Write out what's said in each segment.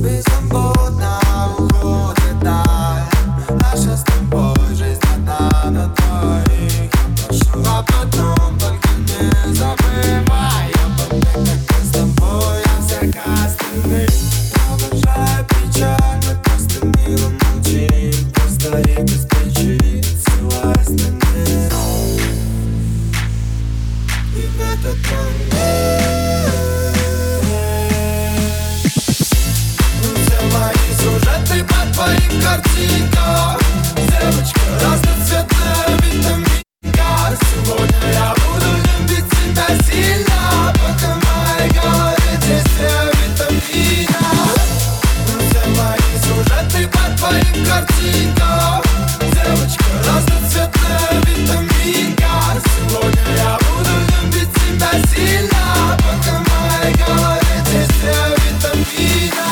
беззаботно уходит даль. Наша с тобой жизнь одна на двоих. Я прошу, а потом только не забывай обо мне, как мы с тобой о всех остальных. Провожаю печаль, мы просто мило молчим. Просто и без причин всего остальных. И в этот момент все мои сюжеты по твоим картинкам. Девочка разноцветная витаминка. Сегодня я буду любить тебя сильно, пока в моей голове действие витамина. Все мои сюжеты по твоим картинкам. Девочка разноцветная витаминка. Сегодня я буду любить тебя сильно, пока в моей голове действие витамина.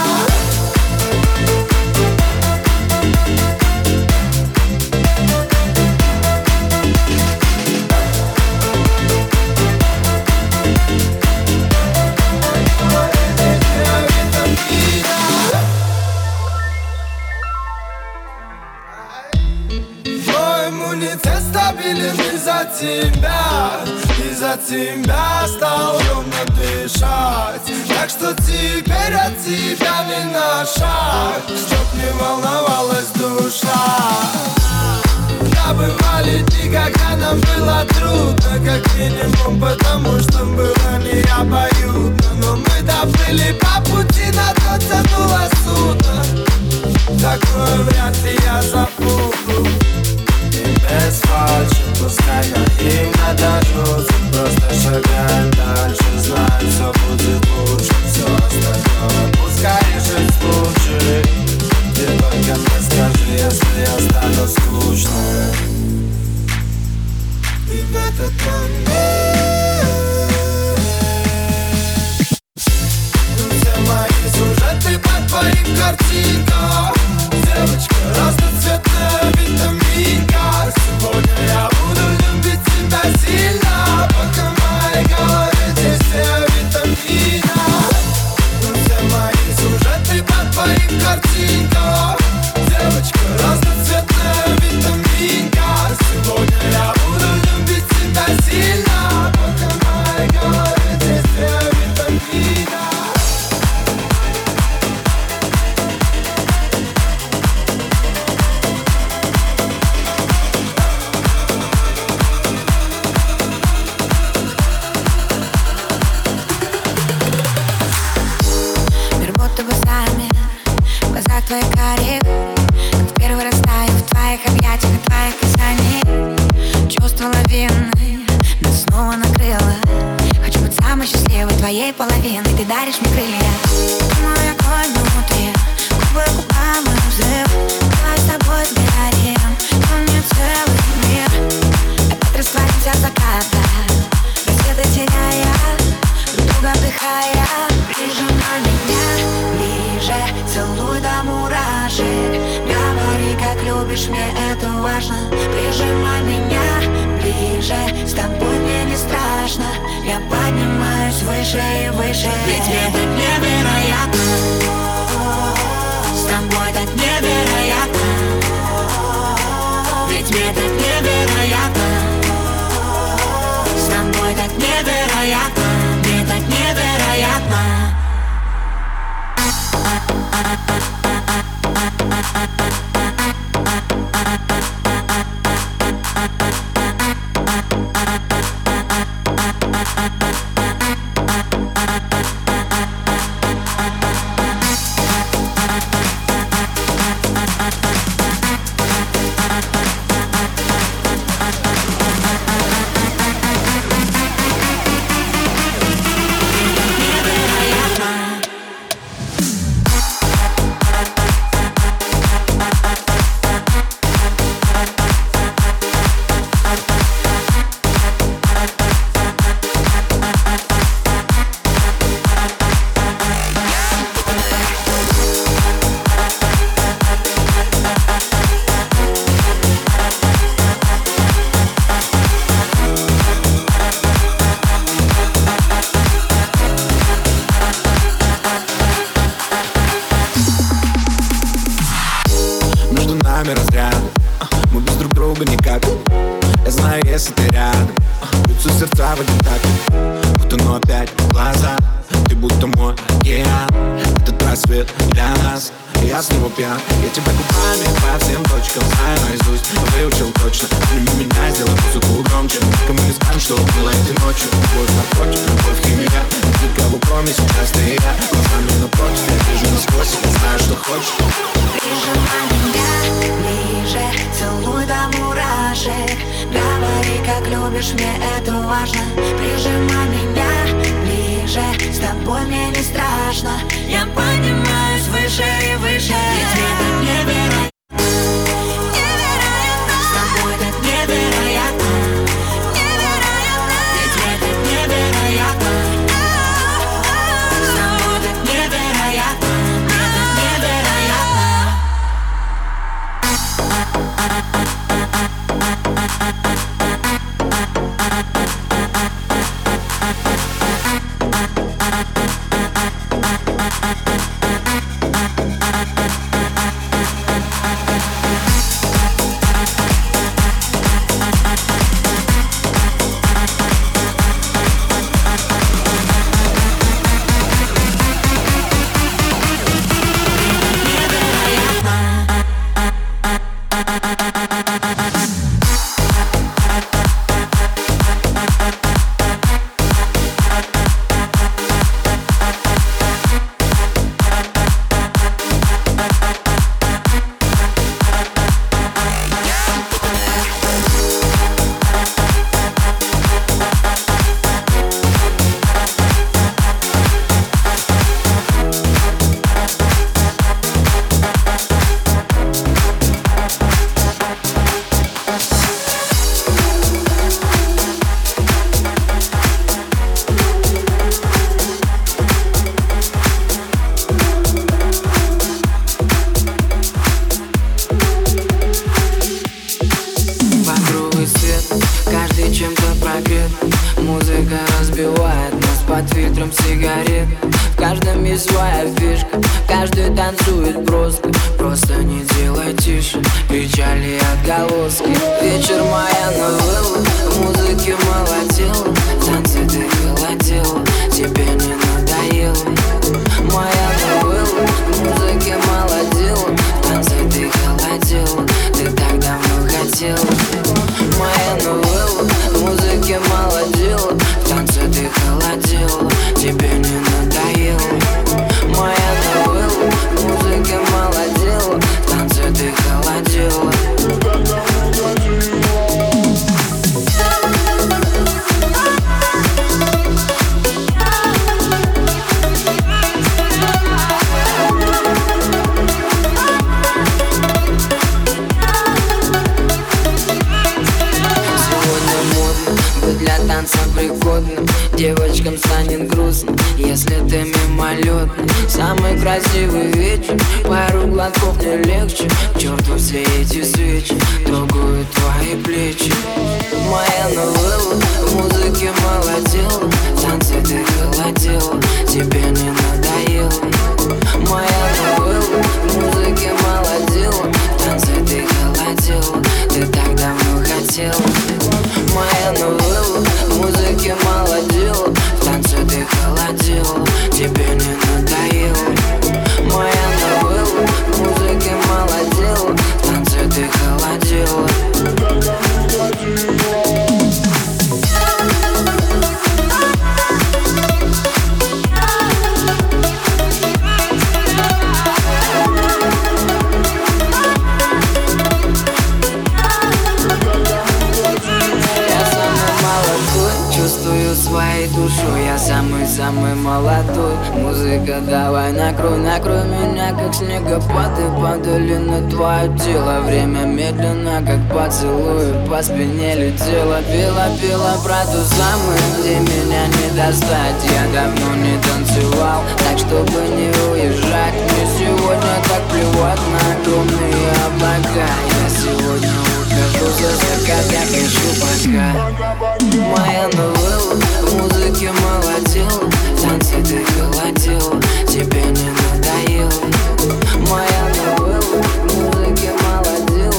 Мой иммунитет стабилен из-за тебя. Из-за тебя стал ровно дышать. Так что теперь от тебя не на шаг, чтоб не волновалась душа. Да, бывали дни, когда нам было трудно, как минимум потому, что было необоюдно. Но мы доплыли по пути, на то тянуло судно. Такое вряд ли я забуду. И без фальши, пускай наивно дождутся. Просто шагаем дальше, знаем, все будет лучше. Все остальное пускай жизнь лучше. Ты только мне скажи, если я стану скучным. И в этот момент все мои сюжеты по твоим картинкам. Девочка разноцветная витаминка. Сегодня я буду любить тебя сильно, пока в моей голове действие витамина. Все мои сюжеты по твоим картинкам. Девочка разноцветная витаминка. Сегодня я буду любить тебя сильно, пока в моей голове действие витамина. Твой карих, как в первый раз таю в твоих объятиях и твоих касаниях. Чувство лавины нас снова накрыло. Хочу быть самой счастливой твоей половиной. Ты даришь мне крылья. Мой огонь внутри, губы к губам и взрыв. Давай с тобой сгорим, но мне целый мир. Опять растворимся в заката, рассветы теряя, друг друга вдыхая. Прижимай меня ближе, целуй до мурашек. Говори, как любишь, мне это важно. Прижимай меня ближе, с тобой мне не страшно. Я поднимаюсь выше и выше. Ведь мне так невероятно, с тобой так невероятно. Ведь мне так невероятно, с тобой так невероятно. Мне так невероятно. разные разряды. Мы без друг друга никак. Я знаю, если ты рядом, бьются сердца в один такт. Утону опять в глаза, ты будто мой океан. Этот рассвет для нас, и я снова пьян. Я тебя губами по всем точкам знаю наизусть, выучил точно. Прими меня, сделай музыку громче. Никому не скажем, что было этой ночью. Любовь наркотик, любовь химия. Никого кроме сейчас ты и я. Глазами напротив, я вижу насквозь, я знаю, что хочешь. Прижимай меня ближе, целуй до мурашек. Говори, как любишь, мне это важно. Прижимай меня ближе, с тобой мне не страшно. Я поднимаюсь выше и выше. Ведь это невероятно. Невероятно. С тобой так невероятно. Невероятно. Ведь это невероятно. С тобой так невероятно. Это невероятно. Музыка разбивает нас под фильтром сигарет. В каждом есть своя фишка, каждый танцует броско. Просто не делай тише печали отголоски. Вечер моя новелла, в музыке молотела. Танцы ты холодела, тебе не надоело. Моя новелла, в музыке молодела. Танцы ты холодела, ты так давно хотела. Моя новелла, в музыке молодела. В танце ты холодела, тебе не надоело. Моя новелла, в музыке молодела. В танце ты холодела. Для танца пригодным девочкам станет грустно, если ты мимолетный. Самый красивый вечер, пару глотков не легче. К черту все эти свечи, трогают твои плечи. Моя новелла, в музыке молодела. Танцы ты холодела, тебе не надоело. Моя новелла, в музыке молодела. Танцы ты холодела, ты так давно хотела. Моя новелла, в музыке молодела. В танце ты холодела, тебе не надоело. Моя новелла, в музыке молодела. В танце ты холодела. Чувствую своей душой, я самый-самый молодой. Музыка, давай накрой меня, как снегопад. И падали на твое тело. Время медленно, как поцелуй, по спине летела. Пела про ту самую, где меня не достать. Я давно не танцевал, так чтобы не уезжать. Мне сегодня так плевать на огромные облака. Я сегодня ухожу за закат, я пишу пока. Моя новелла, в музыке молодела. Танцы ты холодела, тебе не надоело. Моя новелла, в музыке молодела.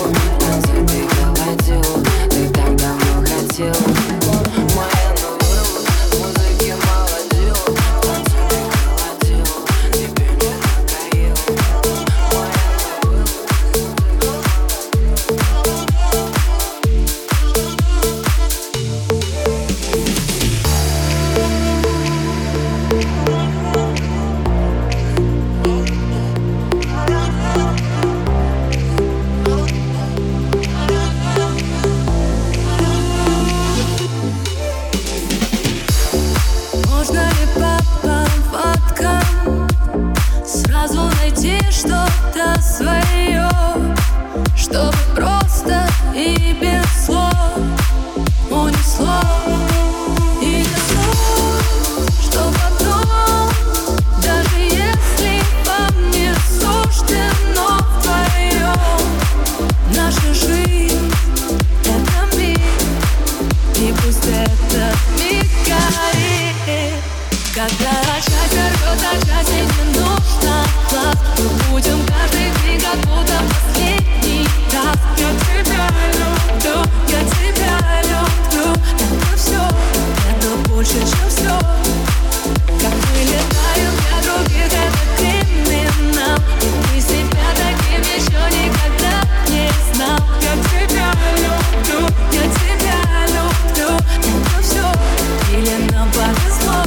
свое, чтобы просто и без слов унесло. И не слов, что потом, даже если вам не суждено вдвоем, наша жизнь — это миг, и пусть этот миг горит. Когда счастье рвет, а счастье не нужно глаз, мы будем каждый день как будто последний раз. Я тебя люблю, я тебя люблю. Это все, это больше, чем все. Как мы летаем для других, это криминал, и ты себя таким еще никогда не знал. Я тебя люблю, я тебя люблю. Это все, или нам повезло.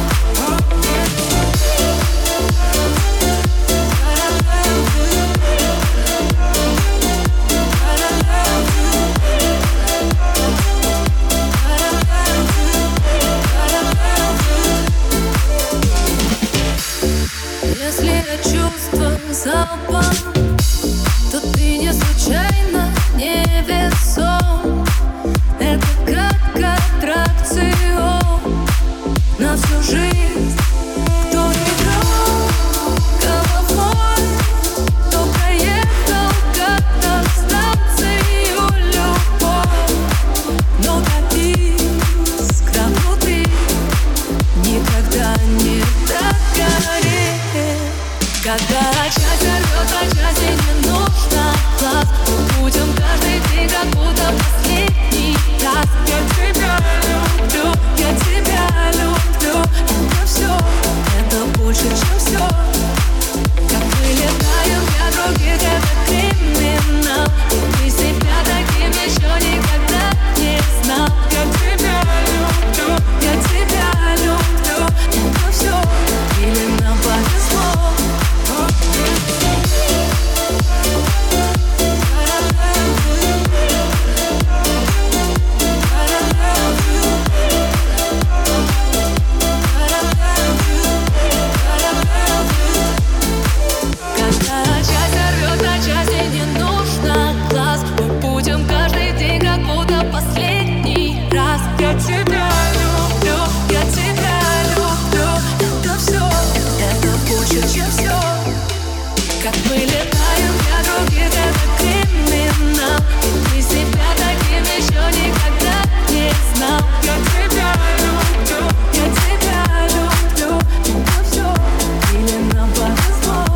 Если я чувствую запах, то ты не случайно, не весом. Это как аттракцион на всю жизнь. Кто играл головой, кто проехал как-то станцию любовь. Но таких искра внутри никогда не догорит. Когда счастье рвет, а счастье не нужно глаз, мы будем каждый день как будто последний раз. Я тебя люблю, я тебя люблю. Это все, это больше, чем все. Как мы летаем для других, это криминал, и ты себя таким еще никогда не знал. Я тебя люблю, я тебя люблю. Это все, или нам повезло. Когда счастье рвет, а счастье не нужно глаз, мы будем каждый день как будто последний раз. Я тебя люблю, я тебя люблю. Это все, это больше, чем все. Как мы летаем для других, это криминал, и ты себя таким еще никогда не знал. Я тебя люблю, я тебя люблю. Это все, или нам повезло.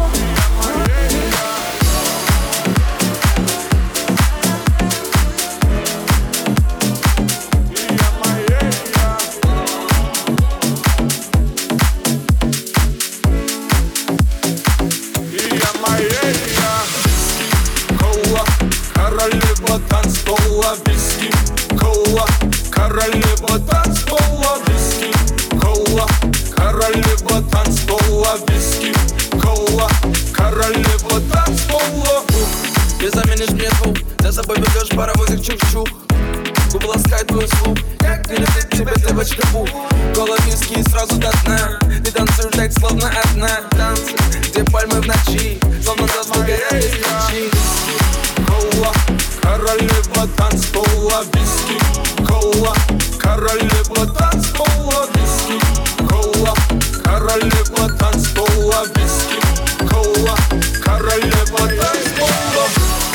Королева танцпола, виски, кола. Королева танцпола, виски, кола. Королева танцпола, виски, кола. Королева танцпола. Не заменишь мне звук, за собой ведешь паровозик чух-чух. Губы ласкают твой слух, как не любит тебя девочка Бу. Кола, виски сразу до дна. Ты танцуешь так, словно одна. Танцы, где пальмы в ночи, словно заснул горят без ключи. Кола, королева танцпола, виски, кола. Королева танцпола, виски, кола. Королева танцпола, виски, кола. Королева танцпола.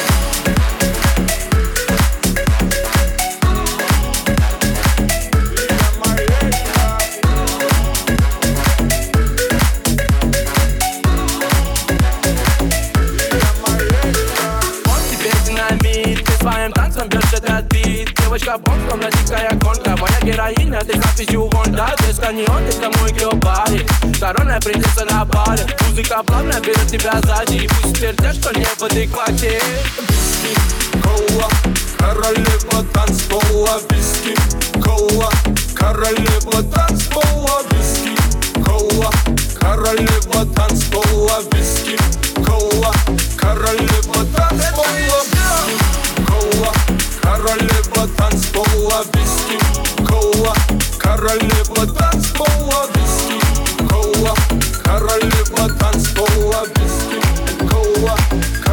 Девочка бомба, на дикая гонка. Моя героиня, ты с надписью Honda. Без каньон, ты мой геобари. Коронная принцесса на баре. Музыка плавно берет тебя сзади. И пусть твердят, что не в адеквате. Виски, кола. Королева танцпола, виски, кола. Королева танцпола, виски, кола. Королева танцпола, виски, кола. Королева танцпола, кола. Королева танцпола, виски, кола. Королева танцпола, виски, кола. Королева танцпола, виски, кола.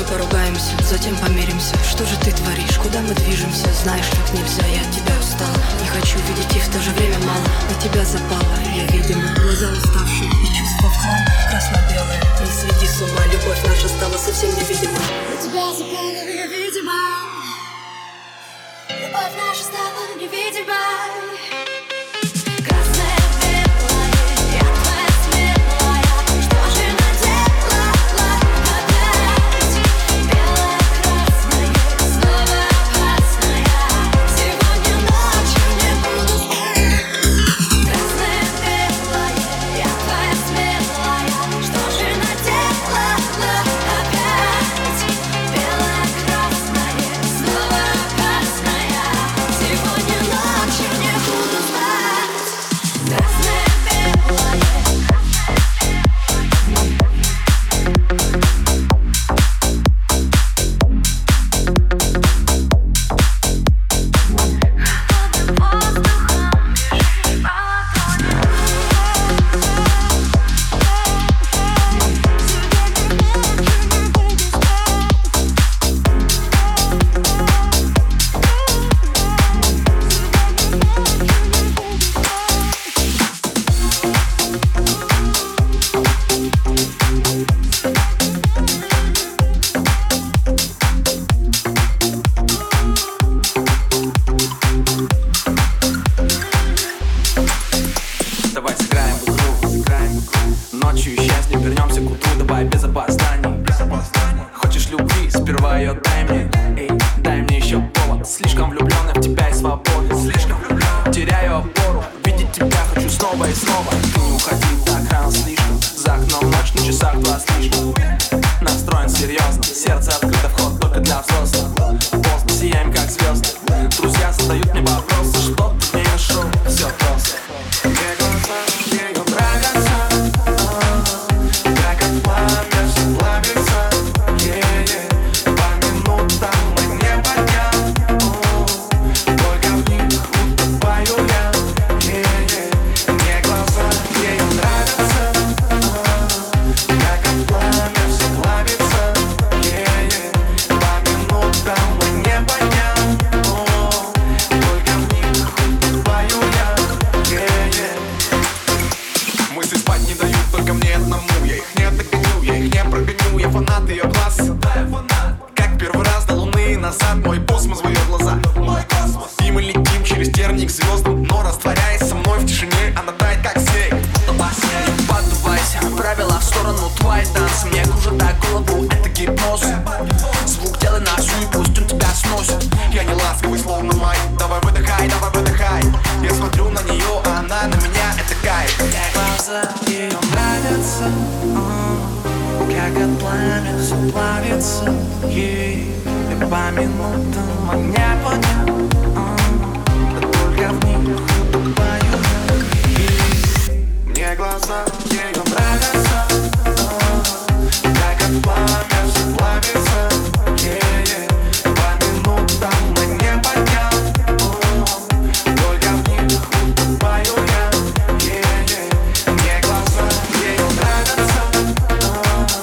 Мы поругаемся, затем помиримся. Что же ты творишь, куда мы движемся? Знаешь, так нельзя, я от тебя устал. Не хочу видеть и в то же время мало. На тебя запала, я видимо. Глаза уставшие и чувства в хлам. Красно-белое, не сведи с ума. Любовь наша стала совсем невидима. На тебя запала, я видима. Любовь наша стала невидима.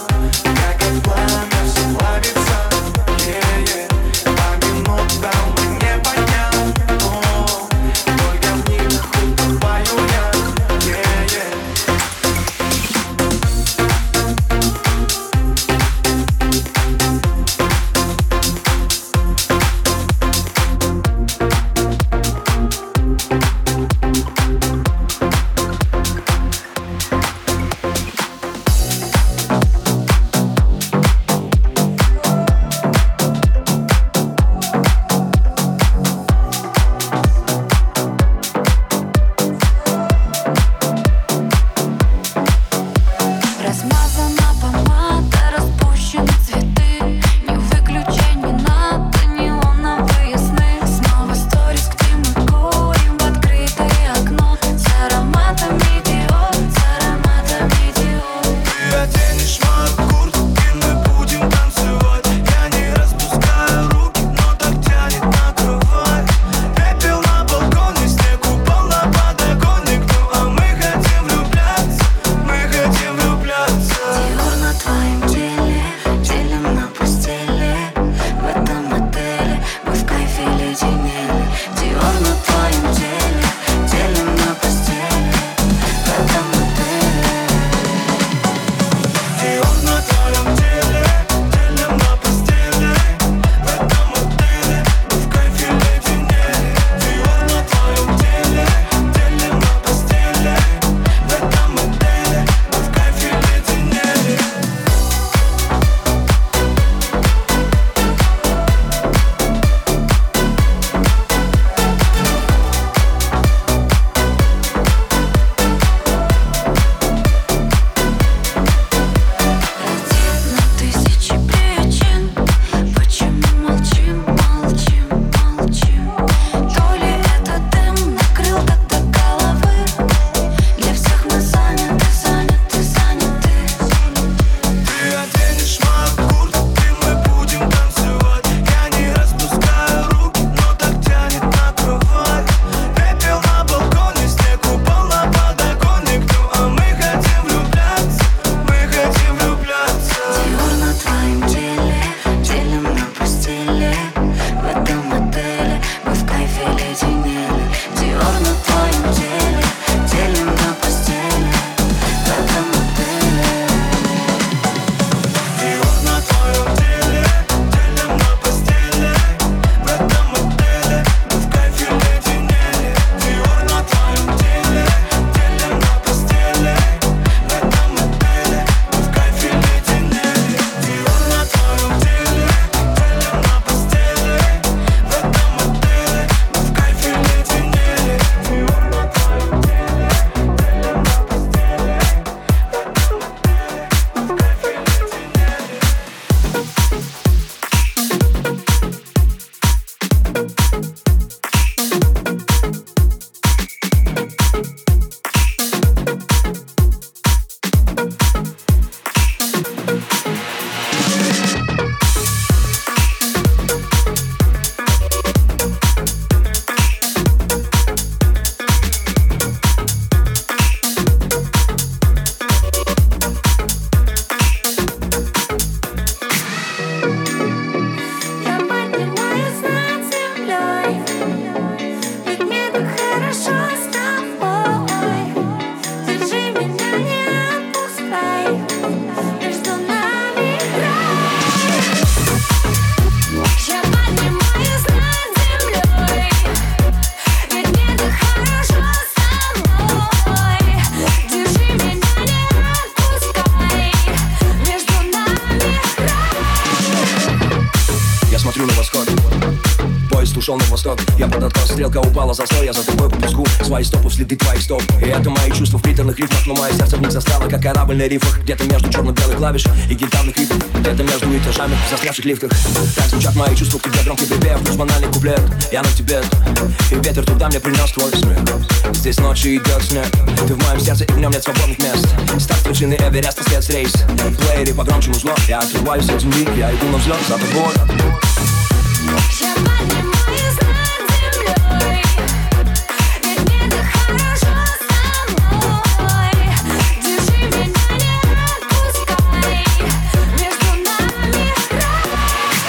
По минутам ушел на восток. Я под откос, стрелка упала за слой, я за тобой по песку. Свои стопы, следы твоих стоп. И это мои чувства в приторных рифмах, но мое сердце в них застряло, как корабль на рифах. Где-то между черно-белых клавиш и гитарных рифов, где-то между этажами в застрявших лифтах. Так звучат мои чувства, к тебе громкий припев, плюс банальный куплет. Я на тебе, и ветер туда мне принес твой смех. Здесь ночью идет снег, ты в моем сердце, и в нем нет свободных мест. Старт вершины Эвереста, спецрейс. Плеере погромче музло, я открываю с этим миг, я иду на взлет за тобой. Я поднимаюсь над землей, ведь мне так хорошо с тобой. Держи меня, не отпускай, между нами рай.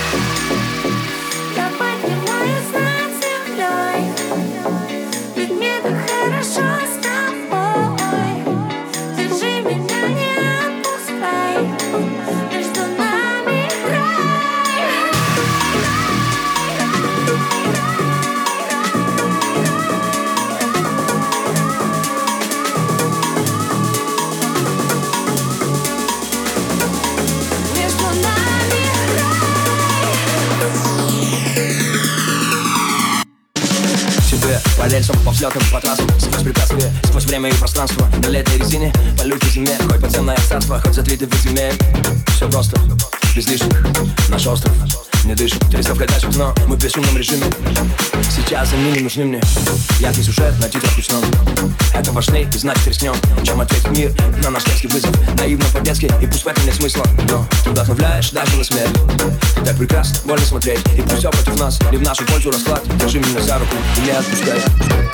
Я поднимаюсь над землей, ведь мне так хорошо с тобой. Держи меня, не отпускай, между нами рай. Между нами Тебе по рельсам, по взлетам, по трассам, сквозь препятствия, сквозь время и пространство. На летней резине, полюй по зиме, хоть подземное царство, хоть за 3 земель. Все просто, без лишних, наш остров не дышит, телескоп катачек, но мы в бесшумном режиме. Сейчас они не нужны мне, яркий сюжет на титрах ручном. Это важней и значит рискнем, чем ответить мир на наш детский вызов. Наивно по-детски, и пусть в этом нет смысла, но ты вдохновляешь даже на смерть. Ты так прекрасно, больно смотреть, и пусть все против нас, и в нашу пользу расклад. Держи меня за руку и не отпускай.